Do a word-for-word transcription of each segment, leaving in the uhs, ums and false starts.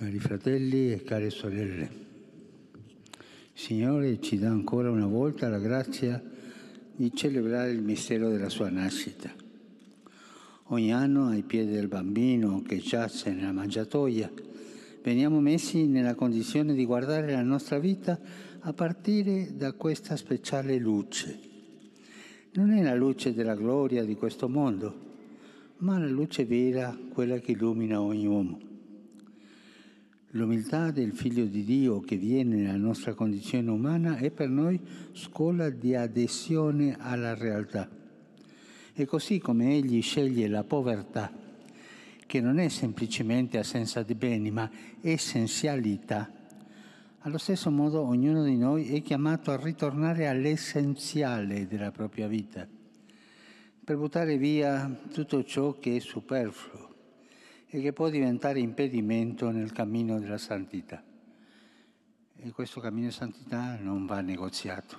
Cari fratelli e care sorelle, il Signore ci dà ancora una volta la grazia di celebrare il mistero della sua nascita. Ogni anno, ai piedi del bambino che giace nella mangiatoia, veniamo messi nella condizione di guardare la nostra vita a partire da questa speciale luce. Non è la luce della gloria di questo mondo, ma la luce vera, quella che illumina ogni uomo. L'umiltà del Figlio di Dio che viene nella nostra condizione umana è per noi scuola di adesione alla realtà. E così come Egli sceglie la povertà, che non è semplicemente assenza di beni, ma essenzialità, allo stesso modo ognuno di noi è chiamato a ritornare all'essenziale della propria vita, per buttare via tutto ciò che è superfluo e che può diventare impedimento nel cammino della santità. E questo cammino di santità non va negoziato.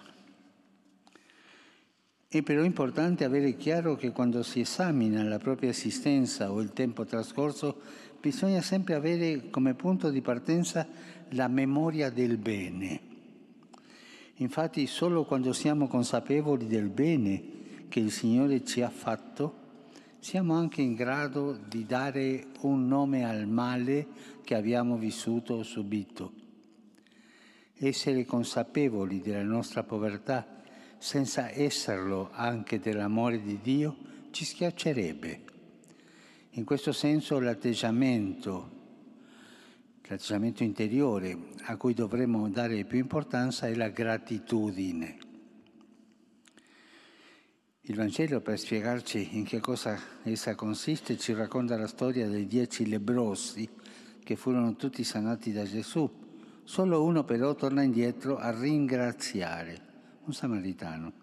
È però importante avere chiaro che quando si esamina la propria esistenza o il tempo trascorso, bisogna sempre avere come punto di partenza la memoria del bene. Infatti, solo quando siamo consapevoli del bene che il Signore ci ha fatto, siamo anche in grado di dare un nome al male che abbiamo vissuto o subito. Essere consapevoli della nostra povertà, senza esserlo anche dell'amore di Dio, ci schiaccerebbe. In questo senso l'atteggiamento, l'atteggiamento interiore a cui dovremmo dare più importanza è la gratitudine. Il Vangelo, per spiegarci in che cosa essa consiste, ci racconta la storia dei dieci lebbrosi che furono tutti sanati da Gesù. Solo uno però torna indietro a ringraziare, un samaritano.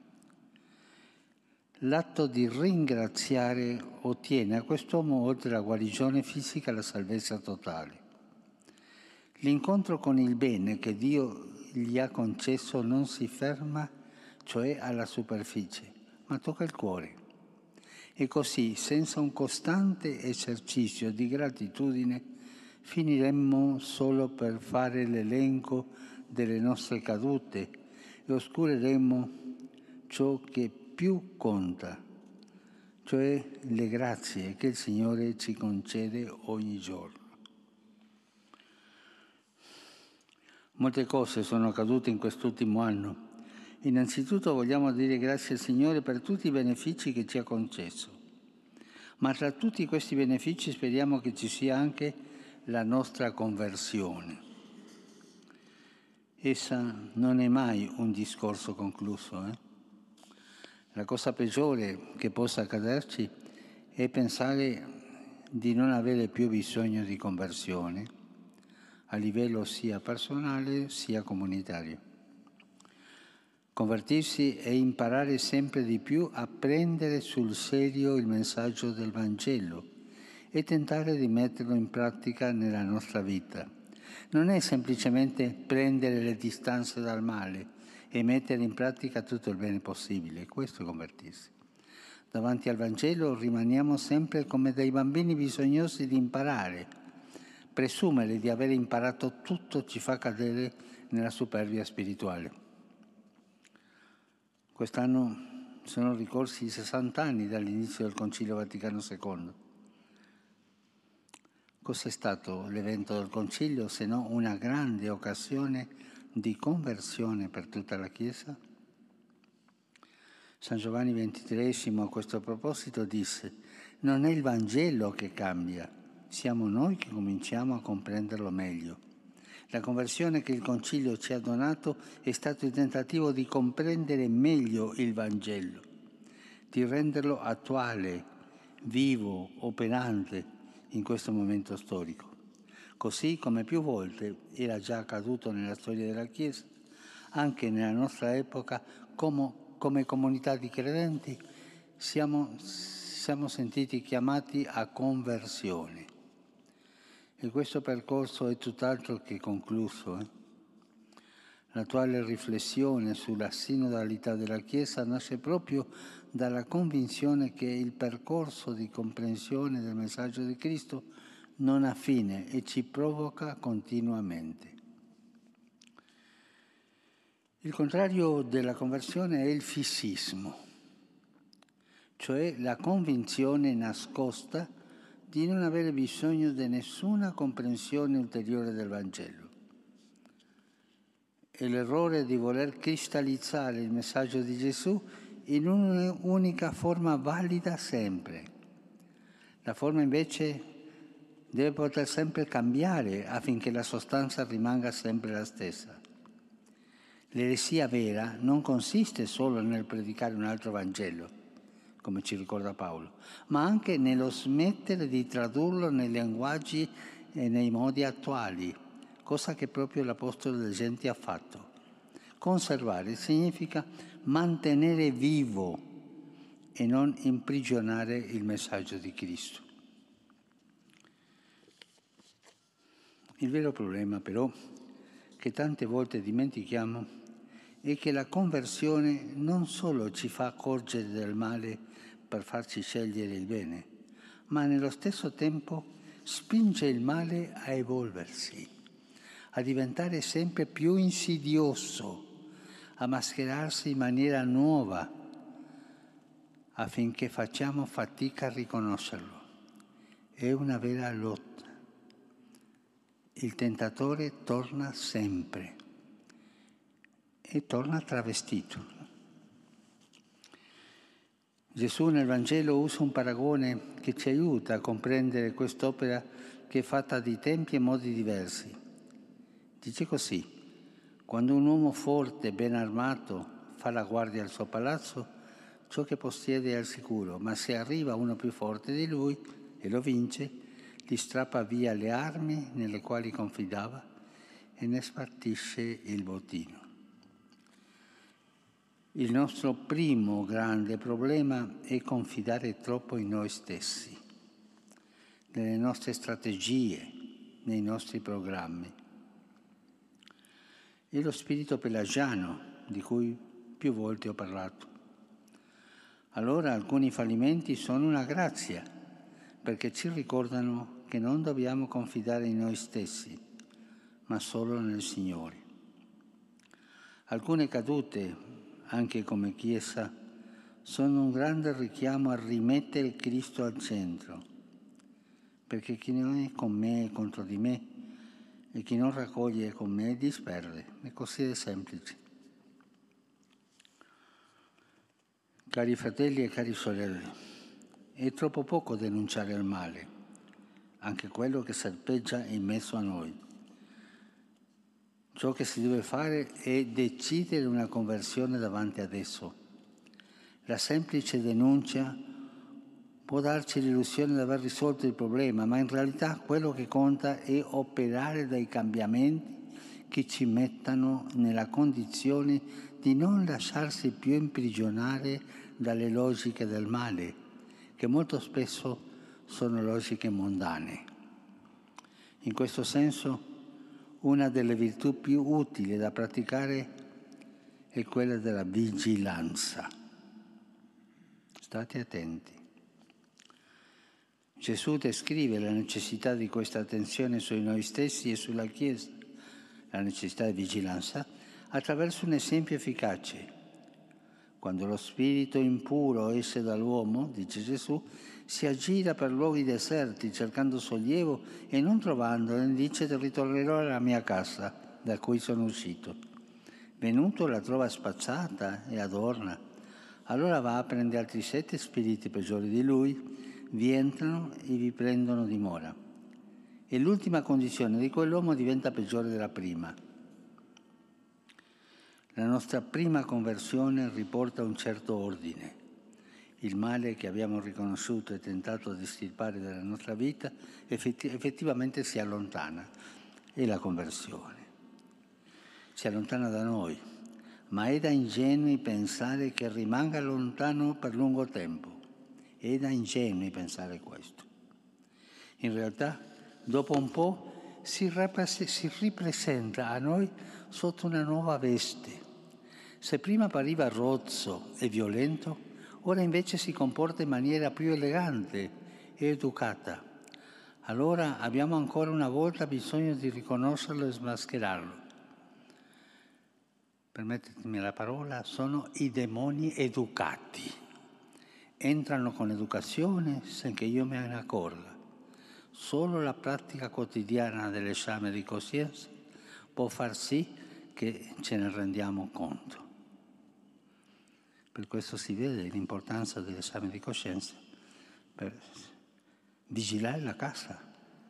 L'atto di ringraziare ottiene a quest'uomo, oltre alla guarigione fisica, la salvezza totale. L'incontro con il bene che Dio gli ha concesso non si ferma, cioè alla superficie, ma tocca il cuore. E così, senza un costante esercizio di gratitudine, finiremmo solo per fare l'elenco delle nostre cadute e oscureremmo ciò che più conta, cioè le grazie che il Signore ci concede ogni giorno. Molte cose sono accadute in quest'ultimo anno. Innanzitutto vogliamo dire grazie al Signore per tutti i benefici che ci ha concesso. Ma tra tutti questi benefici speriamo che ci sia anche la nostra conversione. Essa non è mai un discorso concluso. Eh? La cosa peggiore che possa accaderci è pensare di non avere più bisogno di conversione, a livello sia personale sia comunitario. Convertirsi è imparare sempre di più a prendere sul serio il messaggio del Vangelo e tentare di metterlo in pratica nella nostra vita. Non è semplicemente prendere le distanze dal male e mettere in pratica tutto il bene possibile, questo è convertirsi. Davanti al Vangelo rimaniamo sempre come dei bambini bisognosi di imparare. Presumere di aver imparato tutto ci fa cadere nella superbia spirituale. Quest'anno sono ricorsi i sessanta anni dall'inizio del Concilio Vaticano secondo. Cos'è stato l'evento del Concilio se no una grande occasione di conversione per tutta la Chiesa? San Giovanni ventitreesimo a questo proposito disse: non è il Vangelo che cambia, siamo noi che cominciamo a comprenderlo meglio. La conversione che il Concilio ci ha donato è stato il tentativo di comprendere meglio il Vangelo, di renderlo attuale, vivo, operante in questo momento storico. Così come più volte era già accaduto nella storia della Chiesa, anche nella nostra epoca, come, come comunità di credenti, siamo, siamo sentiti chiamati a conversione. E questo percorso è tutt'altro che concluso. Eh? L'attuale riflessione sulla sinodalità della Chiesa nasce proprio dalla convinzione che il percorso di comprensione del messaggio di Cristo non ha fine e ci provoca continuamente. Il contrario della conversione è il fissismo, cioè la convinzione nascosta di non avere bisogno di nessuna comprensione ulteriore del Vangelo. È l'errore di voler cristallizzare il messaggio di Gesù in un'unica forma valida sempre. La forma invece deve poter sempre cambiare affinché la sostanza rimanga sempre la stessa. L'eresia vera non consiste solo nel predicare un altro Vangelo, come ci ricorda Paolo, ma anche nello smettere di tradurlo nei linguaggi e nei modi attuali, cosa che proprio l'Apostolo delle Genti ha fatto. Conservare significa mantenere vivo e non imprigionare il messaggio di Cristo. Il vero problema, però, che tante volte dimentichiamo, è che la conversione non solo ci fa accorgere del male per farci scegliere il bene, ma nello stesso tempo spinge il male a evolversi, a diventare sempre più insidioso, a mascherarsi in maniera nuova, affinché facciamo fatica a riconoscerlo. È una vera lotta. Il tentatore torna sempre e torna travestito. Gesù nel Vangelo usa un paragone che ci aiuta a comprendere quest'opera che è fatta di tempi e modi diversi. Dice così: quando un uomo forte, ben armato, fa la guardia al suo palazzo, ciò che possiede è al sicuro, ma se arriva uno più forte di lui e lo vince, gli strappa via le armi nelle quali confidava e ne spartisce il bottino. Il nostro primo grande problema è confidare troppo in noi stessi, nelle nostre strategie, nei nostri programmi. È lo spirito pelagiano di cui più volte ho parlato. Allora alcuni fallimenti sono una grazia, perché ci ricordano che non dobbiamo confidare in noi stessi, ma solo nel Signore. Alcune cadute, anche come Chiesa, sono un grande richiamo a rimettere Cristo al centro, perché chi non è con me è contro di me e chi non raccoglie con me disperde. È così di semplice. Cari fratelli e cari sorelle, è troppo poco denunciare il male, anche quello che serpeggia in mezzo a noi. Ciò che si deve fare è decidere una conversione davanti ad esso. La semplice denuncia può darci l'illusione di aver risolto il problema, ma in realtà quello che conta è operare dei cambiamenti che ci mettano nella condizione di non lasciarsi più imprigionare dalle logiche del male, che molto spesso sono logiche mondane. In questo senso, una delle virtù più utili da praticare è quella della vigilanza. State attenti. Gesù descrive la necessità di questa attenzione su noi stessi e sulla Chiesa, la necessità di vigilanza, attraverso un esempio efficace. Quando lo spirito impuro esce dall'uomo, dice Gesù, si aggira per luoghi deserti cercando sollievo e non trovandolo, dice: ritornerò alla mia casa da cui sono uscito. Venuto la trova spazzata e adorna. Allora va a prendere altri sette spiriti peggiori di lui, vi entrano e vi prendono dimora. E l'ultima condizione di quell'uomo diventa peggiore della prima. La nostra prima conversione riporta un certo ordine. Il male che abbiamo riconosciuto e tentato di estirpare dalla nostra vita effettivamente si allontana. È la conversione. Si allontana da noi, ma è da ingenui pensare che rimanga lontano per lungo tempo. È da ingenui pensare questo. In realtà, dopo un po' si, rapres- si ripresenta a noi sotto una nuova veste. Se prima appariva rozzo e violento, ora invece si comporta in maniera più elegante e educata. allora abbiamo ancora una volta bisogno di riconoscerlo e smascherarlo. Permettetemi la parola, sono i demoni educati. Entrano con educazione senza che io me ne accorga. Solo la pratica quotidiana dell'esame di coscienza può far sì che ce ne rendiamo conto. Per questo si vede l'importanza dell'esame di coscienza per vigilare la casa.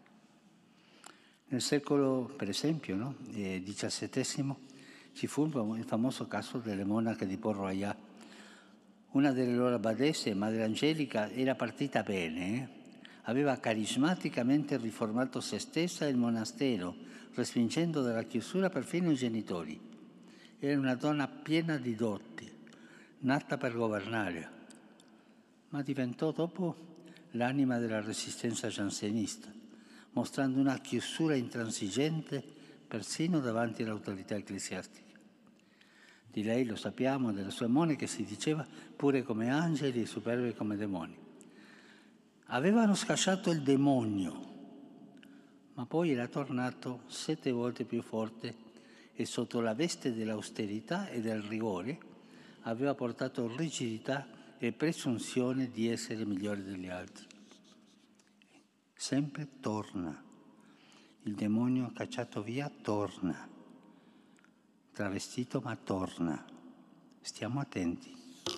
Nel secolo, per esempio, no? eh, diciassettesimo, ci fu il famoso caso delle monache di Port Royal. Una delle loro badesse, Madre Angelica, era partita bene, eh? Aveva carismaticamente riformato se stessa e il monastero, respingendo dalla chiusura perfino i genitori. Era una donna piena di doti, nata per governare, ma diventò dopo l'anima della resistenza jansenista, mostrando una chiusura intransigente persino davanti all'autorità ecclesiastica. Di lei lo sappiamo, delle sue monache si diceva pure come angeli e superbe come demoni. Avevano scacciato il demonio, ma poi era tornato sette volte più forte e sotto la veste dell'austerità e del rigore aveva portato rigidità e presunzione di essere migliore degli altri. Sempre torna. Il demonio cacciato via torna. Travestito ma torna. Stiamo attenti.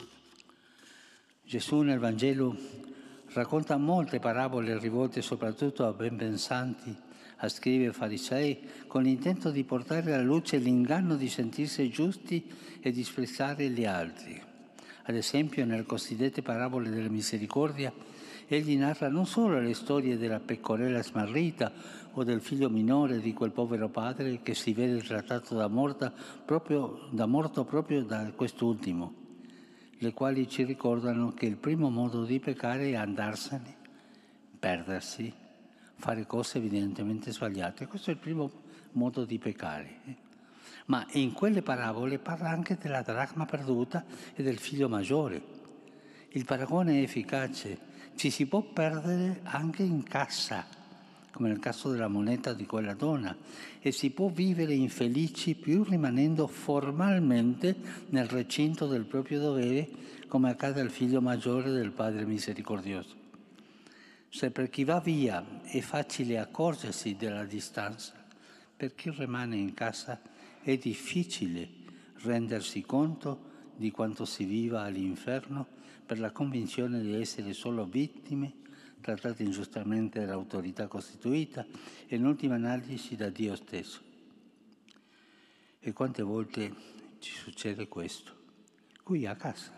Gesù nel Vangelo racconta molte parabole rivolte soprattutto a ben pensanti, a scribi e farisei, con l'intento di portare alla luce l'inganno di sentirsi giusti e disprezzare gli altri. Ad esempio, nelle cosiddette parabole della misericordia, egli narra non solo le storie della pecorella smarrita o del figlio minore di quel povero padre che si vede trattato da, morta proprio, da morto proprio da quest'ultimo, le quali ci ricordano che il primo modo di peccare è andarsene, perdersi, fare cose evidentemente sbagliate. Questo è il primo modo di peccare. Ma in quelle parabole parla anche della dracma perduta e del figlio maggiore. Il paragone è efficace. Ci si può perdere anche in casa, come nel caso della moneta di quella donna, e si può vivere infelici più rimanendo formalmente nel recinto del proprio dovere, come accade al figlio maggiore del Padre misericordioso. Se per chi va via è facile accorgersi della distanza, per chi rimane in casa è difficile rendersi conto di quanto si viva all'inferno per la convinzione di essere solo vittime, trattate ingiustamente dall'autorità costituita e in ultima analisi da Dio stesso. E quante volte ci succede questo? Qui a casa.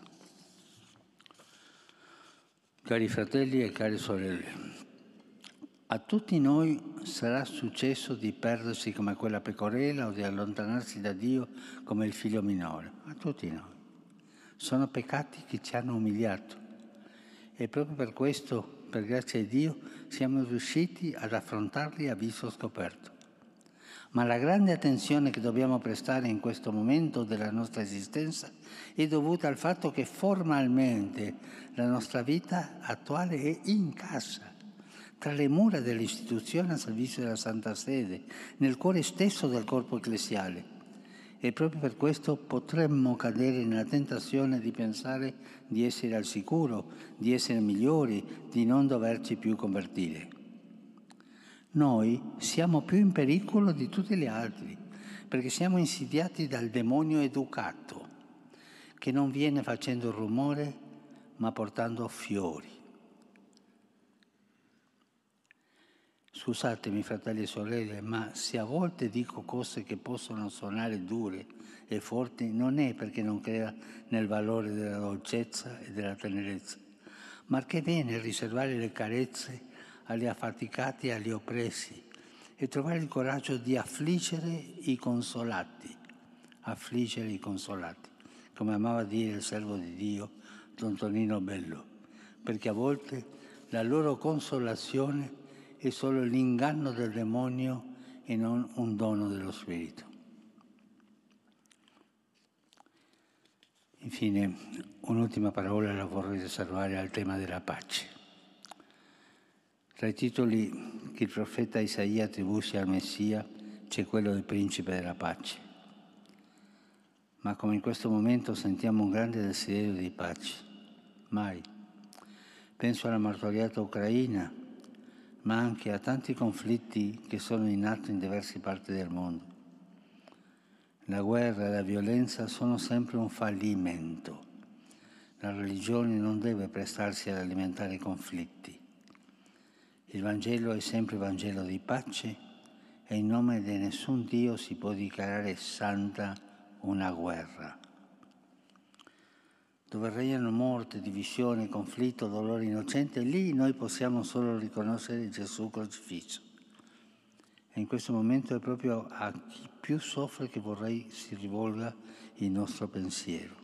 Cari fratelli e care sorelle, a tutti noi sarà successo di perdersi come quella pecorella o di allontanarsi da Dio come il figlio minore. A tutti noi. Sono peccati che ci hanno umiliato e proprio per questo, per grazia di Dio, siamo riusciti ad affrontarli a viso scoperto. Ma la grande attenzione che dobbiamo prestare in questo momento della nostra esistenza è dovuta al fatto che formalmente la nostra vita attuale è in casa, tra le mura dell'istituzione al servizio della Santa Sede, nel cuore stesso del corpo ecclesiale. E proprio per questo potremmo cadere nella tentazione di pensare di essere al sicuro, di essere migliori, di non doverci più convertire. Noi siamo più in pericolo di tutti gli altri, perché siamo insidiati dal demonio educato, che non viene facendo rumore, ma portando fiori. Scusatemi, fratelli e sorelle, ma se a volte dico cose che possono suonare dure e forti, non è perché non crea nel valore della dolcezza e della tenerezza, ma perché è bene riservare le carezze agli affaticati e agli oppressi e trovare il coraggio di affliggere i consolati, affliggere i consolati, come amava dire il servo di Dio, Don Tonino Bello, perché a volte la loro consolazione è solo l'inganno del demonio e non un dono dello Spirito. Infine, un'ultima parola la vorrei riservare al tema della pace. Tra i titoli che il profeta Isaia attribuisce al Messia c'è quello del principe della pace. Ma come in questo momento sentiamo un grande desiderio di pace? Mai. Penso alla martoriata Ucraina, ma anche a tanti conflitti che sono in atto in diverse parti del mondo. La guerra e la violenza sono sempre un fallimento. La religione non deve prestarsi ad alimentare i conflitti. Il Vangelo è sempre Vangelo di pace e in nome di nessun Dio si può dichiarare santa una guerra. Dove regnano morte, divisione, conflitto, dolore innocente, lì noi possiamo solo riconoscere Gesù crocifisso. E in questo momento è proprio a chi più soffre che vorrei si rivolga il nostro pensiero.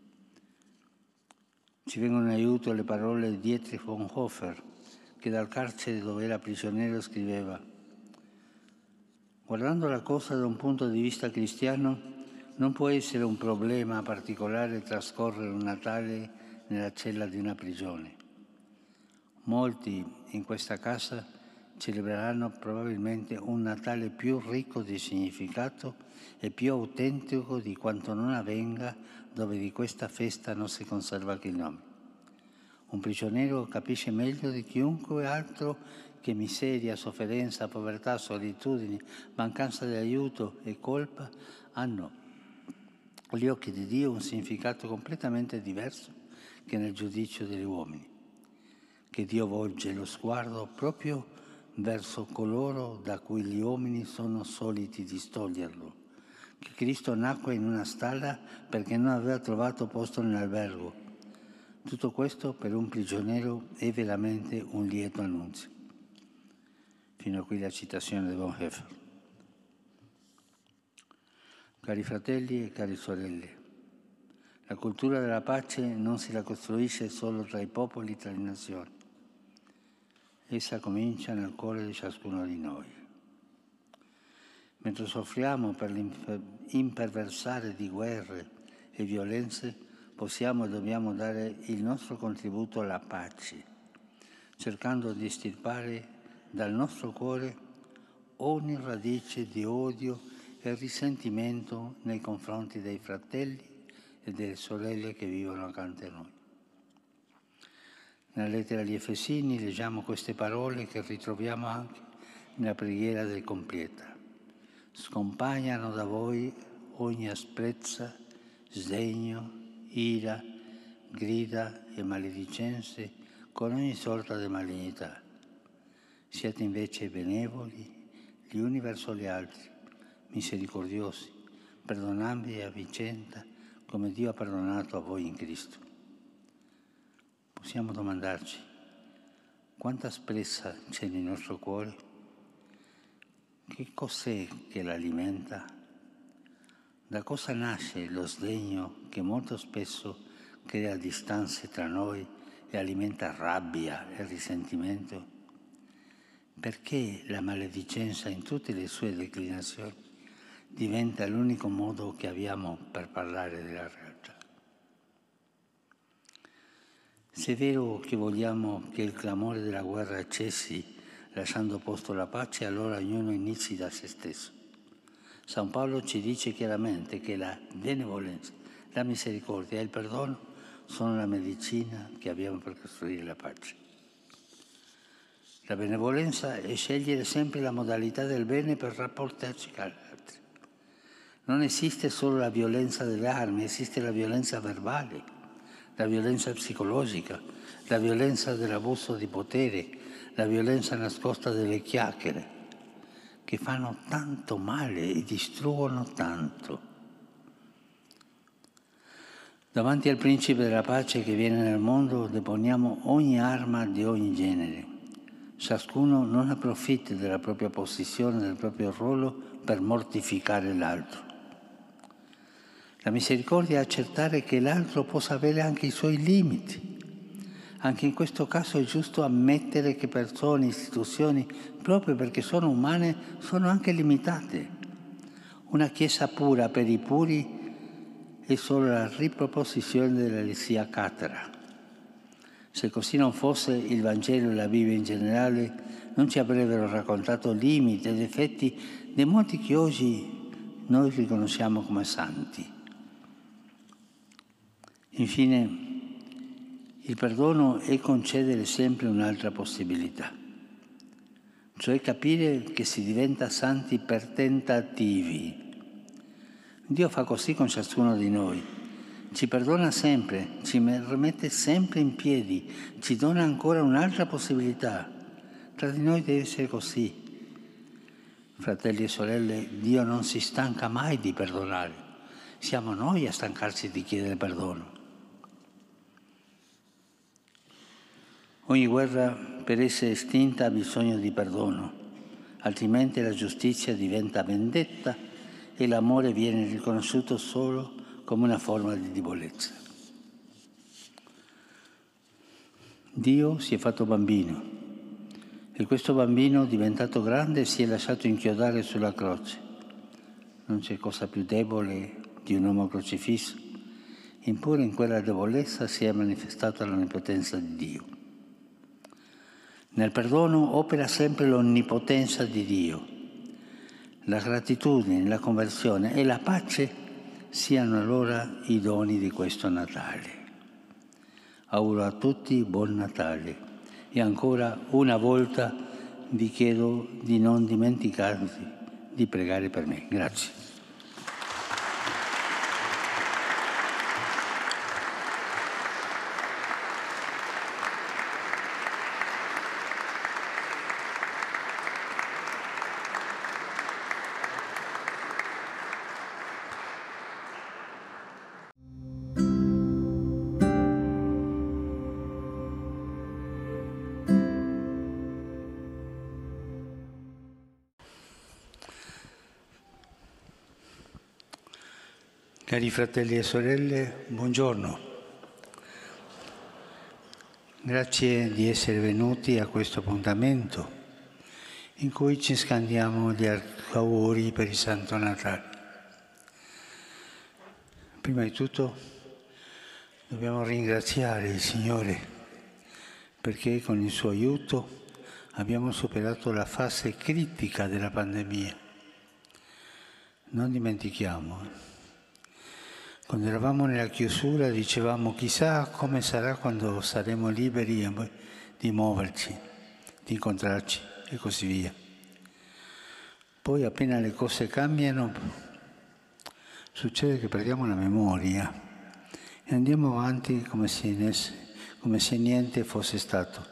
Ci vengono in aiuto le parole di Dietrich Bonhoeffer, che dal carcere dove era prigioniero scriveva: guardando la cosa da un punto di vista cristiano, non può essere un problema particolare trascorrere un Natale nella cella di una prigione. Molti in questa casa celebreranno probabilmente un Natale più ricco di significato e più autentico di quanto non avvenga dove di questa festa non si conserva che il nome. Un prigioniero capisce meglio di chiunque altro che miseria, sofferenza, povertà, solitudine, mancanza di aiuto e colpa hanno agli occhi di Dio un significato completamente diverso che nel giudizio degli uomini. Che Dio volge lo sguardo proprio verso coloro da cui gli uomini sono soliti distoglierlo. Che Cristo nacque in una stalla perché non aveva trovato posto nell'albergo. Tutto questo per un prigioniero è veramente un lieto annunzio. Fino a qui la citazione di Bonhoeffer. Cari fratelli e cari sorelle, la cultura della pace non si la costruisce solo tra i popoli, tra le nazioni. Essa comincia nel cuore di ciascuno di noi. Mentre soffriamo per l'imperversare di guerre e violenze, possiamo e dobbiamo dare il nostro contributo alla pace, cercando di estirpare dal nostro cuore ogni radice di odio e risentimento nei confronti dei fratelli e delle sorelle che vivono accanto a noi. Nella lettera agli Efesini leggiamo queste parole che ritroviamo anche nella preghiera del Compieta. Scompagnano da voi ogni asprezza, sdegno, ira, grida e maledicenze con ogni sorta di malignità. Siate invece benevoli gli uni verso gli altri, misericordiosi, perdonandovi a vicenda come Dio ha perdonato a voi in Cristo. Possiamo domandarci quanta asprezza c'è nel nostro cuore? Che cos'è che l'alimenta? Da cosa nasce lo sdegno che molto spesso crea distanze tra noi e alimenta rabbia e risentimento? Perché la maledicenza in tutte le sue declinazioni diventa l'unico modo che abbiamo per parlare della realtà? Se è vero che vogliamo che il clamore della guerra cessi lasciando posto alla pace, allora ognuno inizi da se stesso. San Paolo ci dice chiaramente che la benevolenza, la misericordia e il perdono sono la medicina che abbiamo per costruire la pace. La benevolenza è scegliere sempre la modalità del bene per rapportarci con gli altri. Non esiste solo la violenza delle armi, esiste la violenza verbale, la violenza psicologica, la violenza dell'abuso di potere, la violenza nascosta delle chiacchiere, che fanno tanto male e distruggono tanto. Davanti al principe della pace che viene nel mondo deponiamo ogni arma di ogni genere. Ciascuno non approfitti della propria posizione, del proprio ruolo per mortificare l'altro. La misericordia è accettare che l'altro possa avere anche i suoi limiti. Anche in questo caso è giusto ammettere che persone, istituzioni, proprio perché sono umane, sono anche limitate. Una Chiesa pura per i puri è solo la riproposizione dell'eresia catara. Se così non fosse, il Vangelo e la Bibbia in generale non ci avrebbero raccontato limiti e difetti di molti che oggi noi riconosciamo come santi. Infine, il perdono è concedere sempre un'altra possibilità, cioè capire che si diventa santi per tentativi. Dio fa così con ciascuno di noi, ci perdona sempre, ci rimette sempre in piedi, ci dona ancora un'altra possibilità. Tra di noi deve essere così. Fratelli e sorelle, Dio non si stanca mai di perdonare, siamo noi a stancarci di chiedere perdono. Ogni guerra per essere estinta ha bisogno di perdono, altrimenti la giustizia diventa vendetta e l'amore viene riconosciuto solo come una forma di debolezza. Dio si è fatto bambino e questo bambino, diventato grande, si è lasciato inchiodare sulla croce. Non c'è cosa più debole di un uomo crocifisso, eppure in quella debolezza si è manifestata l'onnipotenza di Dio. Nel perdono opera sempre l'onnipotenza di Dio. La gratitudine, la conversione e la pace siano allora i doni di questo Natale. Auguro a tutti buon Natale e ancora una volta vi chiedo di non dimenticarvi di pregare per me. Grazie. Cari fratelli e sorelle, buongiorno. Grazie di essere venuti a questo appuntamento in cui ci scambiamo gli auguri per il Santo Natale. Prima di tutto dobbiamo ringraziare il Signore perché con il suo aiuto abbiamo superato la fase critica della pandemia. Non dimentichiamo. Quando eravamo nella chiusura dicevamo chissà come sarà quando saremo liberi di muoverci, di incontrarci e così via. Poi appena le cose cambiano succede che perdiamo la memoria e andiamo avanti come se, come se niente fosse stato.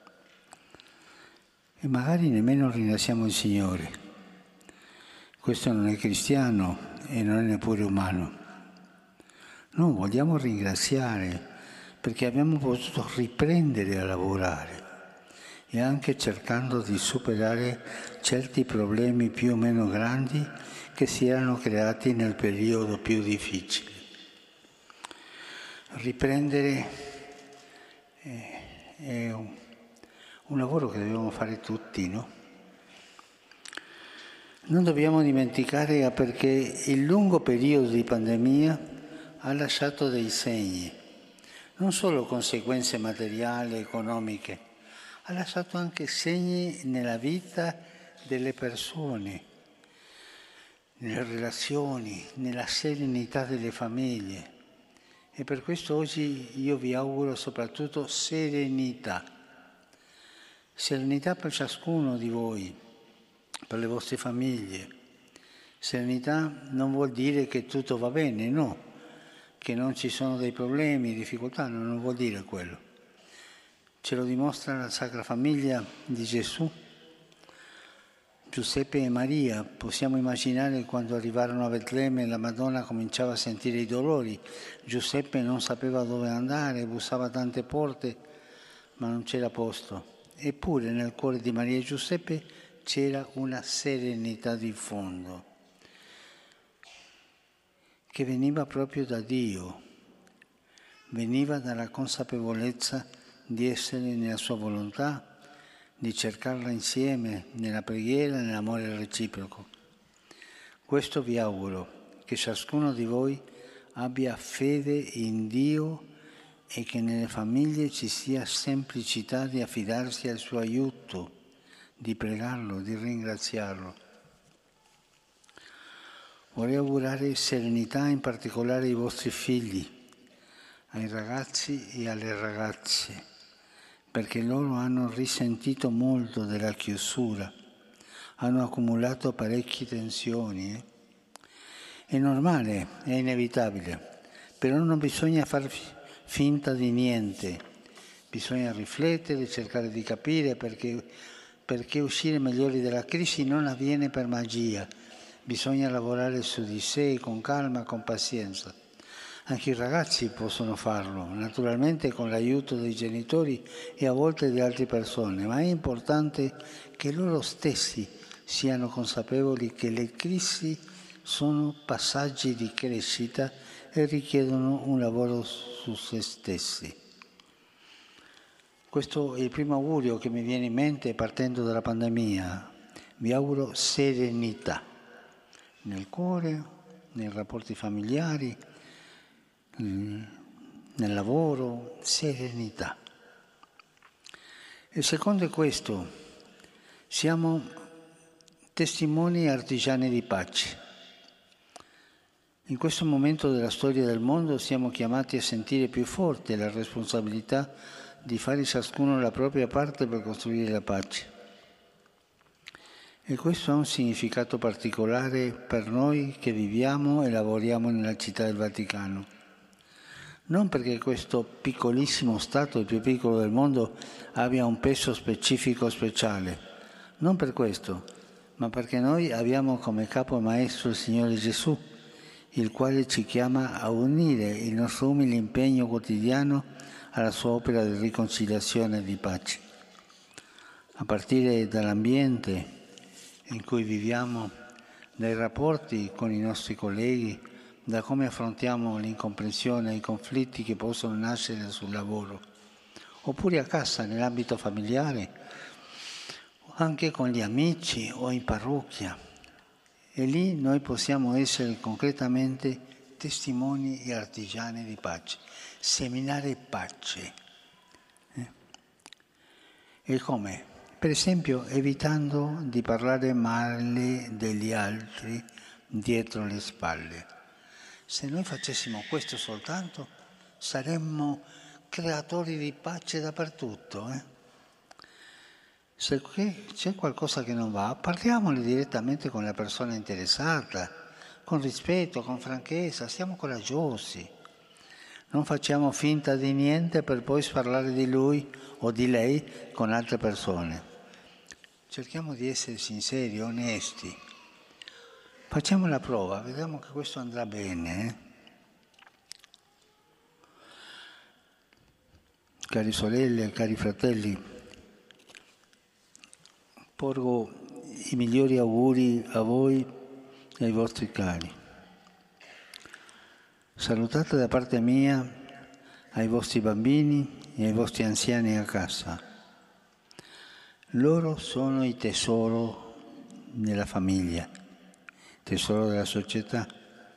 E magari nemmeno ringraziamo il Signore. Questo non è cristiano e non è neppure umano. Noi vogliamo ringraziare perché abbiamo potuto riprendere a lavorare e anche cercando di superare certi problemi più o meno grandi che si erano creati nel periodo più difficile. Riprendere è un, un lavoro che dobbiamo fare tutti, no? Non dobbiamo dimenticare perché il lungo periodo di pandemia ha lasciato dei segni, non solo conseguenze materiali e economiche, ha lasciato anche segni nella vita delle persone, nelle relazioni, nella serenità delle famiglie. E per questo oggi io vi auguro soprattutto serenità. Serenità per ciascuno di voi, per le vostre famiglie. Serenità non vuol dire che tutto va bene, no. Che non ci sono dei problemi, difficoltà, non vuol dire quello. Ce lo dimostra la Sacra Famiglia di Gesù. Giuseppe e Maria, possiamo immaginare quando arrivarono a Betlemme la Madonna cominciava a sentire i dolori. Giuseppe non sapeva dove andare, bussava a tante porte, ma non c'era posto. Eppure nel cuore di Maria e Giuseppe c'era una serenità di fondo, che veniva proprio da Dio, veniva dalla consapevolezza di essere nella sua volontà, di cercarla insieme nella preghiera e nell'amore reciproco. Questo vi auguro, che ciascuno di voi abbia fede in Dio e che nelle famiglie ci sia semplicità di affidarsi al suo aiuto, di pregarlo, di ringraziarlo. Vorrei augurare serenità in particolare ai vostri figli, ai ragazzi e alle ragazze, perché loro hanno risentito molto della chiusura, hanno accumulato parecchie tensioni. Eh? È normale, è inevitabile, però non bisogna far finta di niente, bisogna riflettere, cercare di capire perché, perché uscire migliori dalla crisi non avviene per magia, bisogna lavorare su di sé con calma, con pazienza. Anche i ragazzi possono farlo, naturalmente con l'aiuto dei genitori e a volte di altre persone, ma è importante che loro stessi siano consapevoli che le crisi sono passaggi di crescita e richiedono un lavoro su se stessi. Questo è il primo augurio che mi viene in mente partendo dalla pandemia. Vi auguro serenità nel cuore, nei rapporti familiari, nel lavoro, serenità. Il secondo è questo: siamo testimoni e artigiani di pace. In questo momento della storia del mondo siamo chiamati a sentire più forte la responsabilità di fare ciascuno la propria parte per costruire la pace. E questo ha un significato particolare per noi che viviamo e lavoriamo nella città del Vaticano. Non perché questo piccolissimo Stato, il più piccolo del mondo, abbia un peso specifico speciale, non per questo, ma perché noi abbiamo come capo maestro il Signore Gesù, il quale ci chiama a unire il nostro umile impegno quotidiano alla sua opera di riconciliazione e di pace. A partire dall'ambiente in cui viviamo, dai rapporti con i nostri colleghi, da come affrontiamo l'incomprensione e i conflitti che possono nascere sul lavoro, oppure a casa, nell'ambito familiare, anche con gli amici o in parrocchia. E lì noi possiamo essere concretamente testimoni e artigiani di pace, seminare pace. Eh? E come? Per esempio evitando di parlare male degli altri dietro le spalle. Se noi facessimo questo soltanto, saremmo creatori di pace dappertutto. Eh? Se c'è qualcosa che non va, parliamone direttamente con la persona interessata, con rispetto, con franchezza, siamo coraggiosi. Non facciamo finta di niente per poi parlare di lui o di lei con altre persone. Cerchiamo di essere sinceri, onesti. Facciamo la prova, vediamo che questo andrà bene. Eh? Cari sorelle, cari fratelli, porgo i migliori auguri a voi e ai vostri cari. Salutate da parte mia ai vostri bambini e ai vostri anziani a casa. Loro sono il tesoro della famiglia, tesoro della società.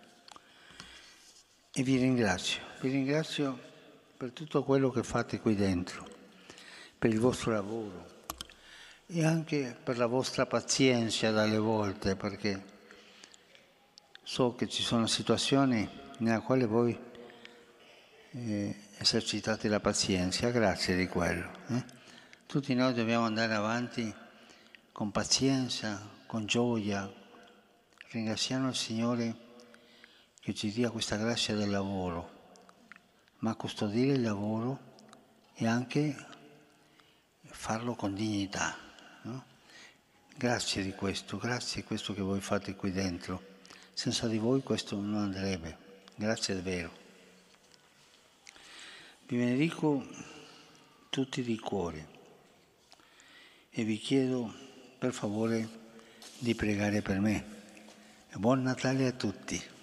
E vi ringrazio, vi ringrazio per tutto quello che fate qui dentro, per il vostro lavoro e anche per la vostra pazienza dalle volte, perché so che ci sono situazioni nella quale voi eh, esercitate la pazienza, grazie di quello. Eh? Tutti noi dobbiamo andare avanti con pazienza, con gioia, ringraziando il Signore che ci dia questa grazia del lavoro, ma custodire il lavoro e anche farlo con dignità. No? Grazie di questo, grazie di questo che voi fate qui dentro. Senza di voi questo non andrebbe. Grazie davvero. Vi benedico tutti di cuore e vi chiedo per favore di pregare per me. Buon Natale a tutti.